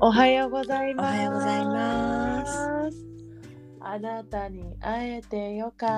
おはようございます。 おはようございます。 あなたに会えてよかった。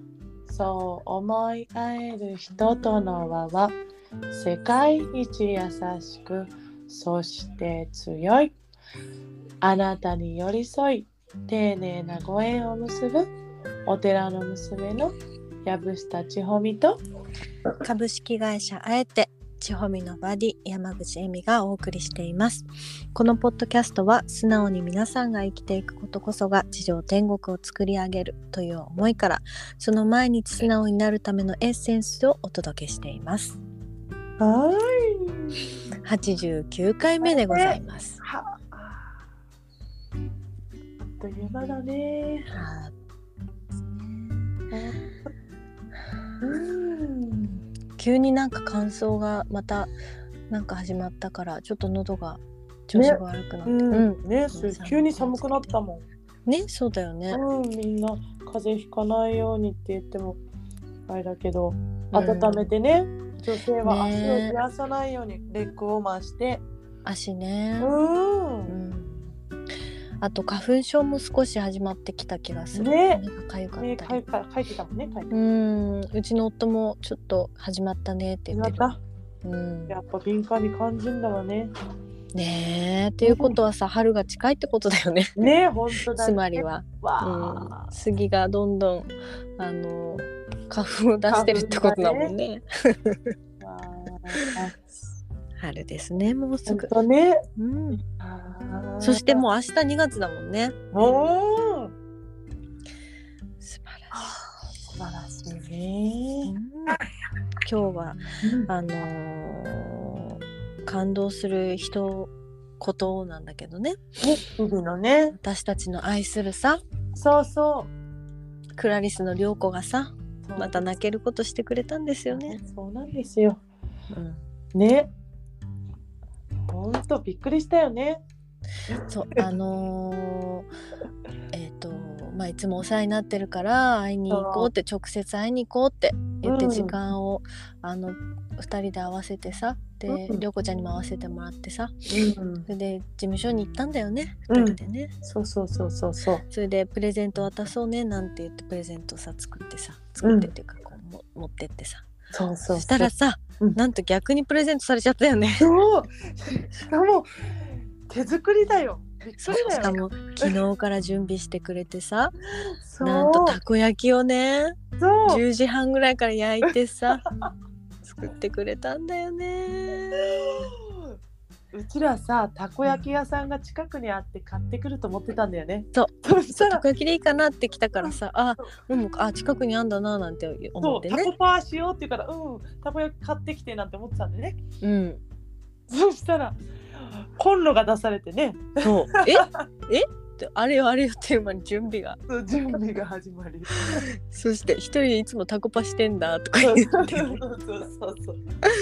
そう思い合える人との輪は世界一優しく、そして強い。あなたに寄り添い、丁寧なご縁を結ぶお寺の娘の藪下千穂美と株式会社あえて千穂美のバディ山口恵美がお送りしています。このポッドキャストは素直に皆さんが生きていくことこそが地上天国を作り上げるという思いから、その毎日素直になるためのエッセンスをお届けしています。 はい、 89回目でございます。 あっという間だね。 急になんか乾燥がまたなんか始まったからちょっと喉が調子が悪くなって、 急に寒くなったもんね。そうだよね、 みんな風邪ひかないようにって言ってもあれだけど、温めてね、女性は足を冷やさないようにレッグウォーマーして足ね。あと花粉症も少し始まってきた気がする。 ね、 目がかゆかったり。 書いてたもんね。 うちの夫もちょっと始まったねって言ってる。 やっぱ敏感に感じるんだわね。 ねえ、っていうことはさ、春が近いってことだよね。 ね、本当だね。 つまりは、杉がどんどん花粉を出してるってことだもんね。春ですね、もうすぐ。 本当ね。 そしてもう明日2月だもんね。素晴らしいね。今日は、感動することなんだけどね。 日々のね。 私たちの愛するさ。 そうクラリスの涼子がさ、また泣けることしてくれたんですよね。 そうなんですよ。ね。ほんとびっくりしたよね。 そういつもお世話になってるから会いに行こうって、直接会いに行こうって言って時間を2人で合わせてさ、で涼子ちゃんにも合わせてもらってさ、それで事務所に行ったんだよね、2人でね。そうそれでプレゼント渡そうねなんて言ってプレゼントさ作ってっていうかこう持ってってさ、そしたらさ、なんと逆にプレゼントされちゃったよね。 そうしかも手作りだよ。 しかも昨日から準備してくれてさなんとたこ焼きをね10時半ぐらいから焼いてさ作ってくれたんだよね。 うちらさ、たこ焼き屋さんが近くにあって買ってくると思ってたんだよね。 そしたらたこ焼きでいいかなって来たからさ、近くにあんだななんて思ってね。 タコパーしようって言うからたこ焼き買ってきてなんて思ってたんでね。そしたらコンロが出されてね。 そうってあれよっていう間に準備が始まりそして一人でいつもタコパしてんだとか言ってそう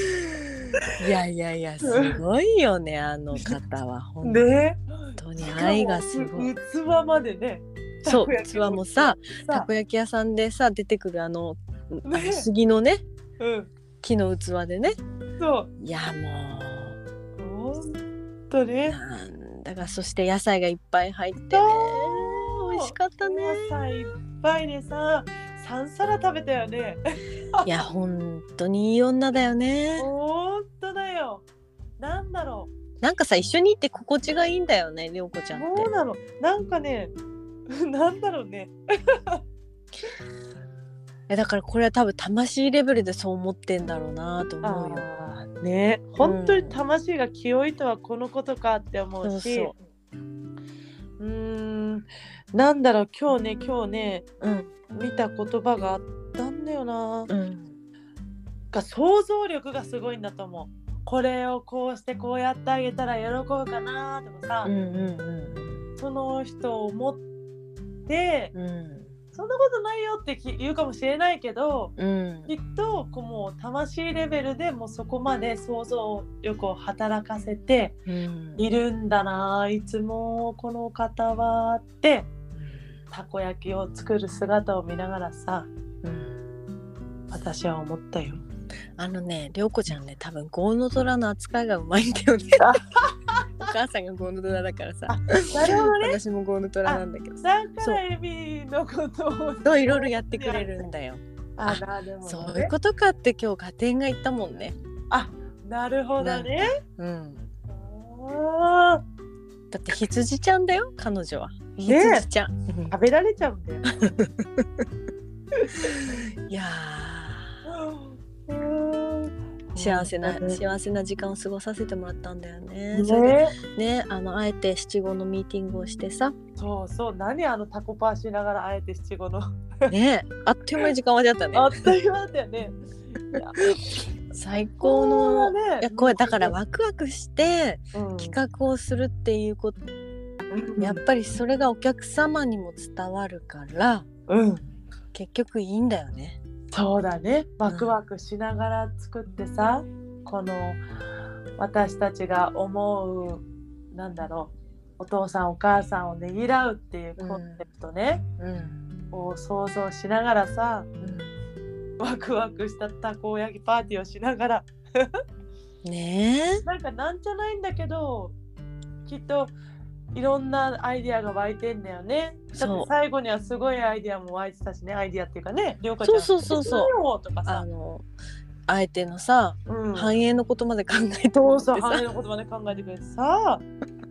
いやすごいよね、あの方は本当に愛がすごい。 器までね。 そう、器もさたこ焼き屋さんでさ出てくる杉のね、木の器でね。いやもうほんとね。 だからそして野菜がいっぱい入ってね、美味しかったね。 野菜いっぱいでさ3皿食べたよね。 いや本当にいい女だよね。 本当だよ。なんだろう、なんかさ一緒にいて心地がいいんだよね、涼子ちゃんって。 そうなの。なんかねなんだろうねだからこれは多分魂レベルでそう思ってんだろうなと思うよね。本当に魂が清いとはこのことかって思うし、なんだろう、今日ね、見た言葉があったんだよな、想像力がすごいんだと思う。これをこうしてこうやってあげたら喜ぶかなとかさ、その人を思って、そんなことないよって言うかもしれないけど、きっともう魂レベルでもうそこまで想像力を働かせているんだな、いつもこの方はってたこ焼きを作る姿を見ながらさ、私は思ったよ。 涼子ちゃんね、多分豪の虎の扱いがうまいんだよね。わか母さんがゴンドラだからさ。 なるほどね。 私もゴンドラなんだけど。 だからエビのことをそういろいろやってくれるんだよ。 なるほどね。 そういうことかって今日ガテンが言ったもんね。 なるほどね。 だって羊ちゃんだよ彼女は。羊ちゃん。 食べられちゃうんだよ。 いや幸せな時間を過ごさせてもらったんだよね。それでね、あえて七五のミーティングをしてさ。 そう何タコパーしながらあえて七五のね、あっという間に時間までやったね。 あっという間だったよね。 最高の、いやこれだからワクワクして企画をするっていうこと、やっぱりそれがお客様にも伝わるから、結局いいんだよね。 そうだね。ワクワクしながら作ってさ、この私たちが思うお父さんお母さんをねぎらうっていうコンセプトね、を想像しながらさ、ワクワクしたたこ焼きパーティーをしながらねえ、なんじゃないんだけど、きっといろんなアイディアが湧いてんだよね。だって最後にはすごいアイディアも湧いてたしね。アイディアっていうかね、りょうかちゃんそうとかさ、 あえてのさ、繁栄のことまで考えてくれてさ、 繁栄のことまで考えてくれてさ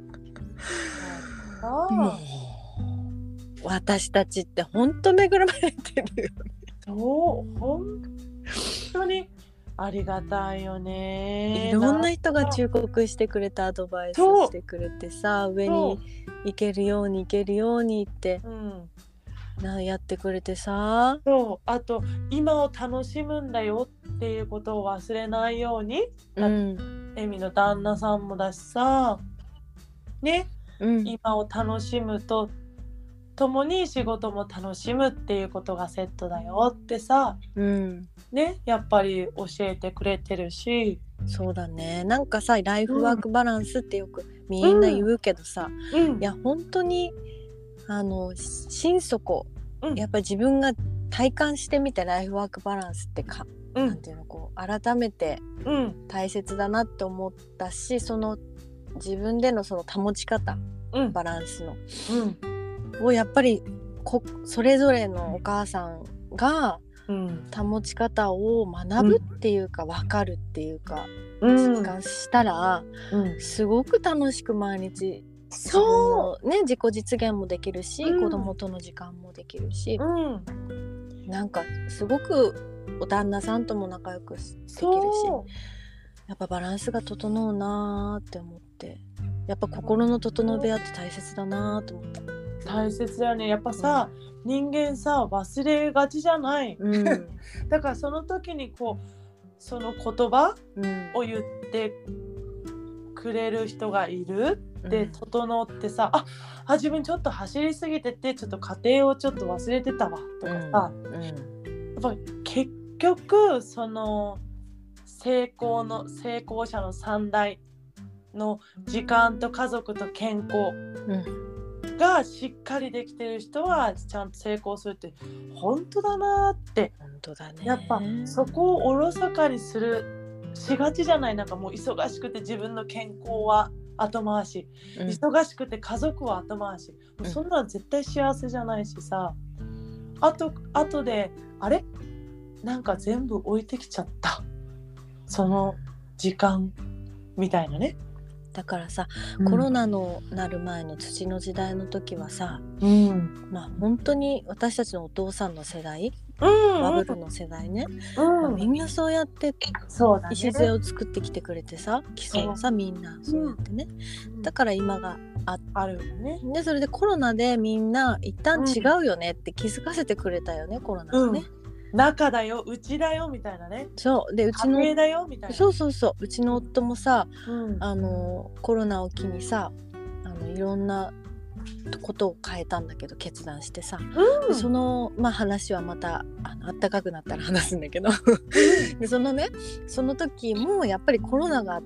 もう私たちってほんと恵まれてるよね。 そう本当にありがたいよね。 いろんな人が忠告してくれたアドバイスをしてくれてさ、上に行けるようにって、やってくれてさ、 あと今を楽しむんだよっていうことを忘れないように、エミの旦那さんもだしさね、今を楽しむと共に仕事も楽しむっていうことがセットだよってさ、ね、やっぱり教えてくれてるし。 そうだね。なんかさ、ライフワークバランスってよくみんな言うけどさ、いや本当に心底、やっぱり自分が体感してみてライフワークバランスってなんていうの、こう改めて大切だなって思ったし、その自分でのその保ち方、バランスの、をやっぱりそれぞれのお母さんが保ち方を学ぶっていうか、分かるっていうか、実感したら、すごく楽しく毎日自己実現もできるし、子供との時間もできるし、なんかすごくお旦那さんとも仲良くできるし、やっぱバランスが整うなって思って、やっぱ心の整え合って大切だなと思った。 大切だよね。やっぱさ、人間さ忘れがちじゃない、だからその時にその言葉を言ってくれる人がいるで整ってさ、自分ちょっと走りすぎててちょっと家庭をちょっと忘れてたわとかさ、やっぱ結局その成功者の3大の時間と家族と健康がしっかりできてる人はちゃんと成功するって本当だなって。 本当だね。 やっぱそこをおろそかにしがちじゃない。なんかもう忙しくて自分の健康は後回し、忙しくて家族は後回し、そんなの絶対幸せじゃないしさ、あとであれなんか全部置いてきちゃったその時間みたいなね。 だからさ、コロナのなる前の土の時代の時はさ、本当に私たちのお父さんの世代、バブルの世代ね、みんなそうやって礎を作ってきてくれてさ、基礎をさ、みんなそうやってね、だから今があるよね。でそれでコロナでみんな一旦違うよねって気づかせてくれたよね、コロナがね。 中だよ、うちだよみたいなね。 そうで、うちの家庭だよみたいな。 そううちの夫もさ、コロナを機にさ、いろんなことを変えたんだけど、決断してさ、でその話はまたあったかくなったら話すんだけどでその時もやっぱりコロナがあって、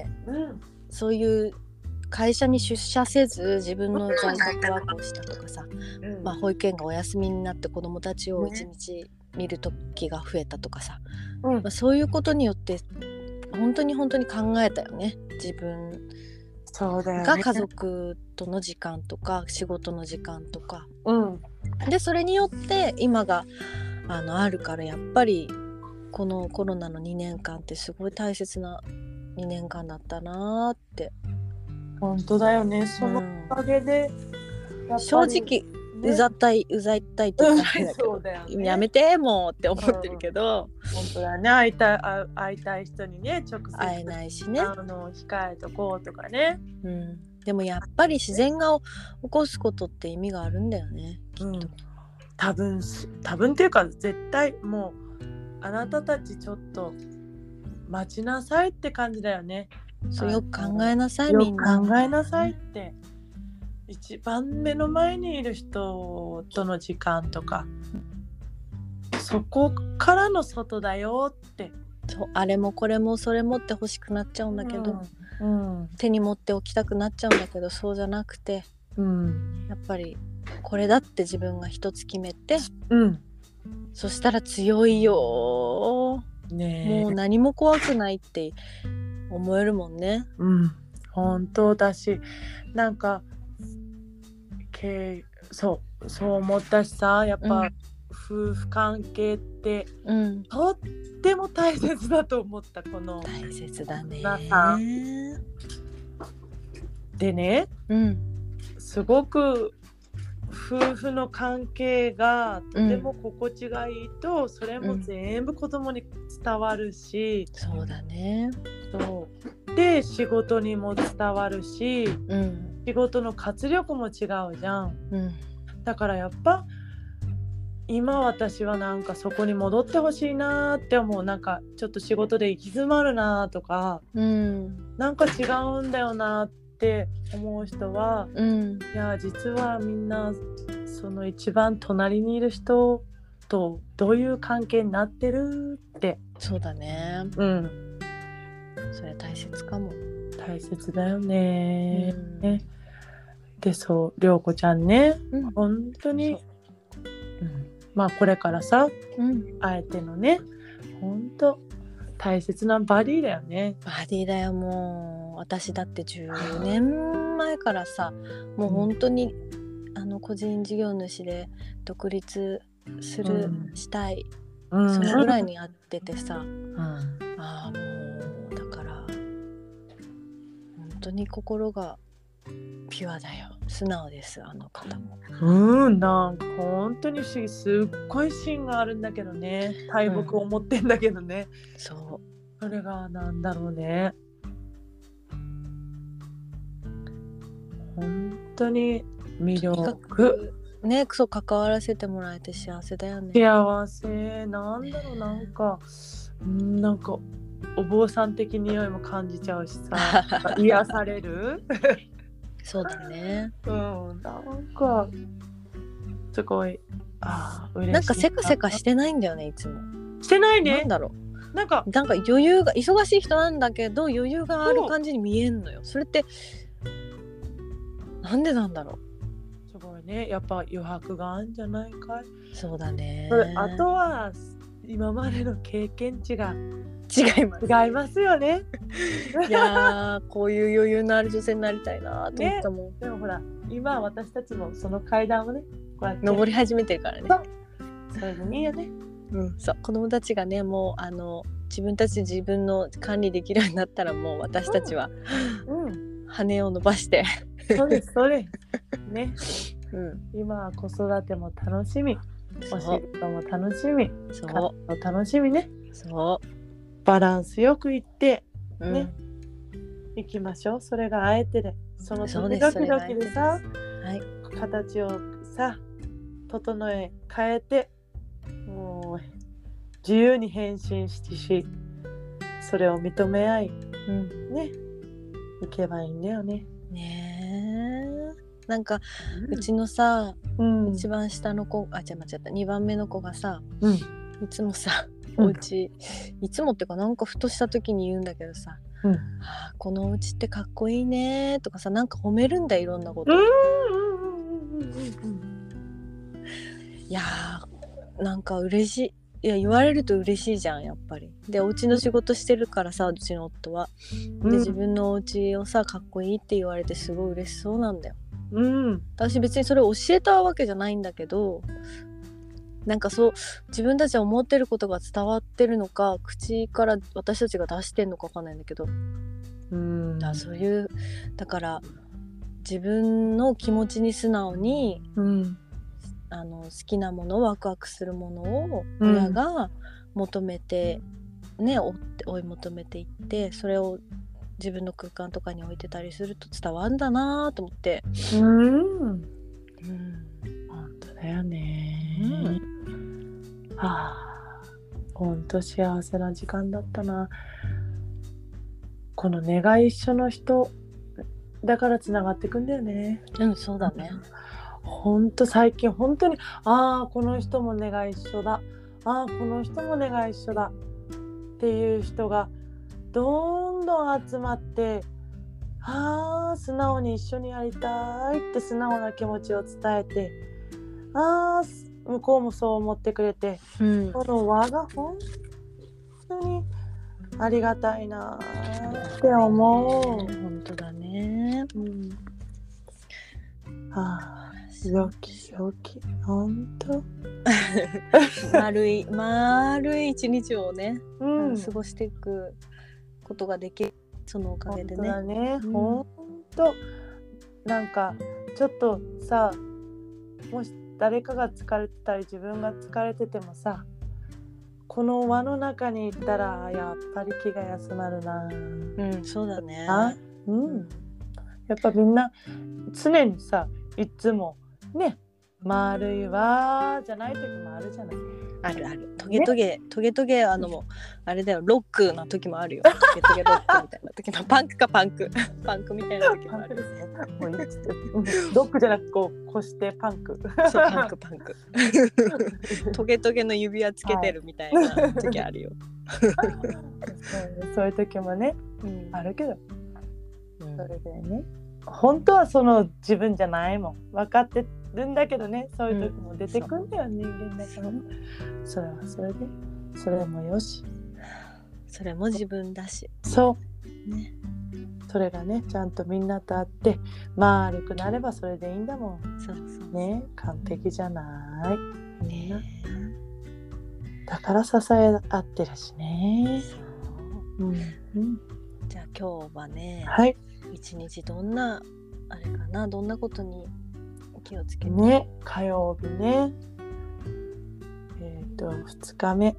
そういう会社に出社せず自分の在宅ワークをしたとかさ、保育園がお休みになって子どもたちを一日見る時が増えたとかさ、そういうことによって本当に考えたよね。自分そうだよね。 が家族との時間とか仕事の時間とか、 うん、 でそれによって今があるから、やっぱりこのコロナの2年間ってすごい大切な2年間だったなって。 本当だよね。そのおかげで、やっぱり正直、ね、うざったいとかそうだよね、 やめてもうって思ってるけど、 本当だね。会いたい人にね直接会えないしね、 控えとこうとかね、 でもやっぱり自然が起こすことって意味があるんだよね、きっと。 多分っていうか絶対もうあなたたちちょっと待ちなさいって感じだよね。 そうよく考えなさい、みんな。 よく考えなさいって。一番目の前にいる人との時間とか、そこからの外だよって。 そう、あれもこれもそれもって欲しくなっちゃうんだけど、手に持っておきたくなっちゃうんだけど、そうじゃなくて、やっぱりこれだって自分が一つ決めて、そしたら強いよ、もう何も怖くないって思えるもんね。 本当だし、なんかそう思ったしさ、やっぱ、夫婦関係って、とっても大切だと思った。この大切だね。 でね、すごく夫婦の関係がとても心地がいいと、それも全部子供に伝わるし、 そうだね。 そうで仕事にも伝わるし、仕事の活力も違うじゃん、だからやっぱ今私はなんかそこに戻ってほしいなって思う。なんかちょっと仕事で行き詰まるなとか、なんか違うんだよなって思う人は、いや実はみんなその一番隣にいる人とどういう関係になってるって。 そうだね。それ大切かも。 大切だよね。でそう涼子ちゃんね、本当に、まあこれからさ、あえてのね、本当大切なバディだよね。 バディだよ。もう私だって10年前からさ、もう本当に、個人事業主で独立したい、そのぐらいにやっててさ、もうだから本当に心がピュアだよ。素直です、あの方も。 なんか本当に不思議、すっごい芯があるんだけどね。大木を持ってんだけどね。それがなんだろうね。本当に魅力ね。そう関わらせてもらえて幸せだよね。 幸せなんだろう、なんかお坊さん的匂いも感じちゃうしさ癒されるそうだね。 なんかすごい嬉しい。 なんかせかせかしてないんだよね、いつも。 してないね。 なんだろう。なんか余裕が、忙しい人なんだけど余裕がある感じに見えんのよ。それってなんでなんだろう。すごいね。やっぱ余白があるんじゃないかい。 そうだね。 あとは今までの経験値が違いますよね。 いやこういう余裕のある女性になりたいなと思ったもん、 でもほら今私たちもその階段をねこうやって登り始めてるからね。 それでいいよね。 そう、子供たちがね、もう自分たちで自分の管理できるようになったら、もう私たちは、羽を伸ばしてそうですね、今は子育ても楽しみ、お仕事も楽しみ、楽しみね。バランスよくいってね、行きましょう。それがあえてで、その時々でさ、形をさ整え変えて、もう自由に変身し、それを認め合い、ね、いけばいいんだよね。 なんか、うちのさ、一番下の子、間違った、2番目の子がさ、いつもさ、お家、いつもってかなんかふとした時に言うんだけどさ、このお家ってかっこいいねとかさ、なんか褒めるんだよ、いろんなこと。いやー、なんか嬉しい。 いや言われると嬉しいじゃんやっぱり。でお家の仕事してるからさ、うちの夫は。で自分のお家をさかっこいいって言われてすごい嬉しそうなんだよ。私別にそれ教えたわけじゃないんだけど、なんかそう自分たちは思ってることが伝わってるのか、口から私たちが出してんのか分かんないんだけど、だそういうだから自分の気持ちに素直に、好きなものワクワクするものを親が求めて、追い求めていって、それを自分の空間とかに置いてたりすると伝わるんだなと思って。 本当だよね。本当幸せな時間だったな。この根が一緒の人だからつながってくんだよね。 そうだね。 本当最近本当にこの人も根が一緒だ、この人も根が一緒だっていう人がどんどん集まって、素直に一緒にやりたいって素直な気持ちを伝えて、向こうもそう思ってくれて、この輪が本当にありがたいなって思う。 本当だね。 よきよき本当丸い一日をね、過ごしていくことができる、そのおかげでね。 本当だね、本当なんかちょっとさ、もし誰かが疲れてたり自分が疲れててもさ、この輪の中にいたらやっぱり気が休まるな。 そうだね。 やっぱみんな常にさ、いつもね、丸い輪じゃない時もあるじゃない。 ある。トゲトゲあれだよ、ロックな時もあるよ。トゲトゲロックみたいな時も、パンクみたいな時もある。 ロックじゃなくこう越してパンク。 そうパンク。トゲトゲの指輪つけてるみたいな時あるよ。 そういう時もね、あるけど、それでね、本当はその自分じゃないもん分かってるんだけどね、そういう時も出てくんだよ、人間だから。それはそれで、それもよし、 それも自分だし、 そうね、それがねちゃんとみんなと会って丸くなればそれでいいんだもん。そうね、完璧じゃないね。だから支え合ってるしね。 じゃあ今日はね、一日どんなあれかな、どんなことに気をつけてね、火曜日ね、2日目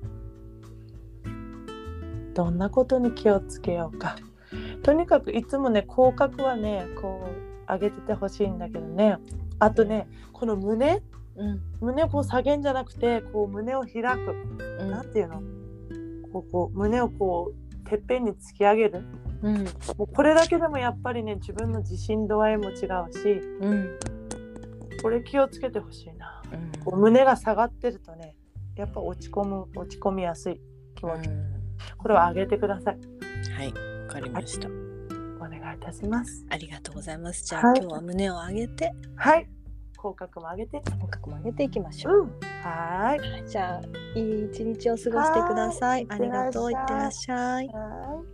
どんなことに気をつけようか。とにかくいつもね、口角はねこう上げててほしいんだけどね。あとね、この胸をこう下げんじゃなくて、こう胸を開く、なんていうの、こう胸をこうてっぺんに突き上げる、もうこれだけでもやっぱりね、自分の自信度合いも違うし、これ気をつけてほしいな。こう胸が下がってるとね、やっぱ落ち込みやすい気持ち、これを上げてください。 はい、わかりました。 お願いいたします。 ありがとうございます。じゃあ、今日は胸を上げて、 口角も上げていきましょう。 はい。 じゃあいい一日を過ごしてください。ありがとう。いってらっしゃい。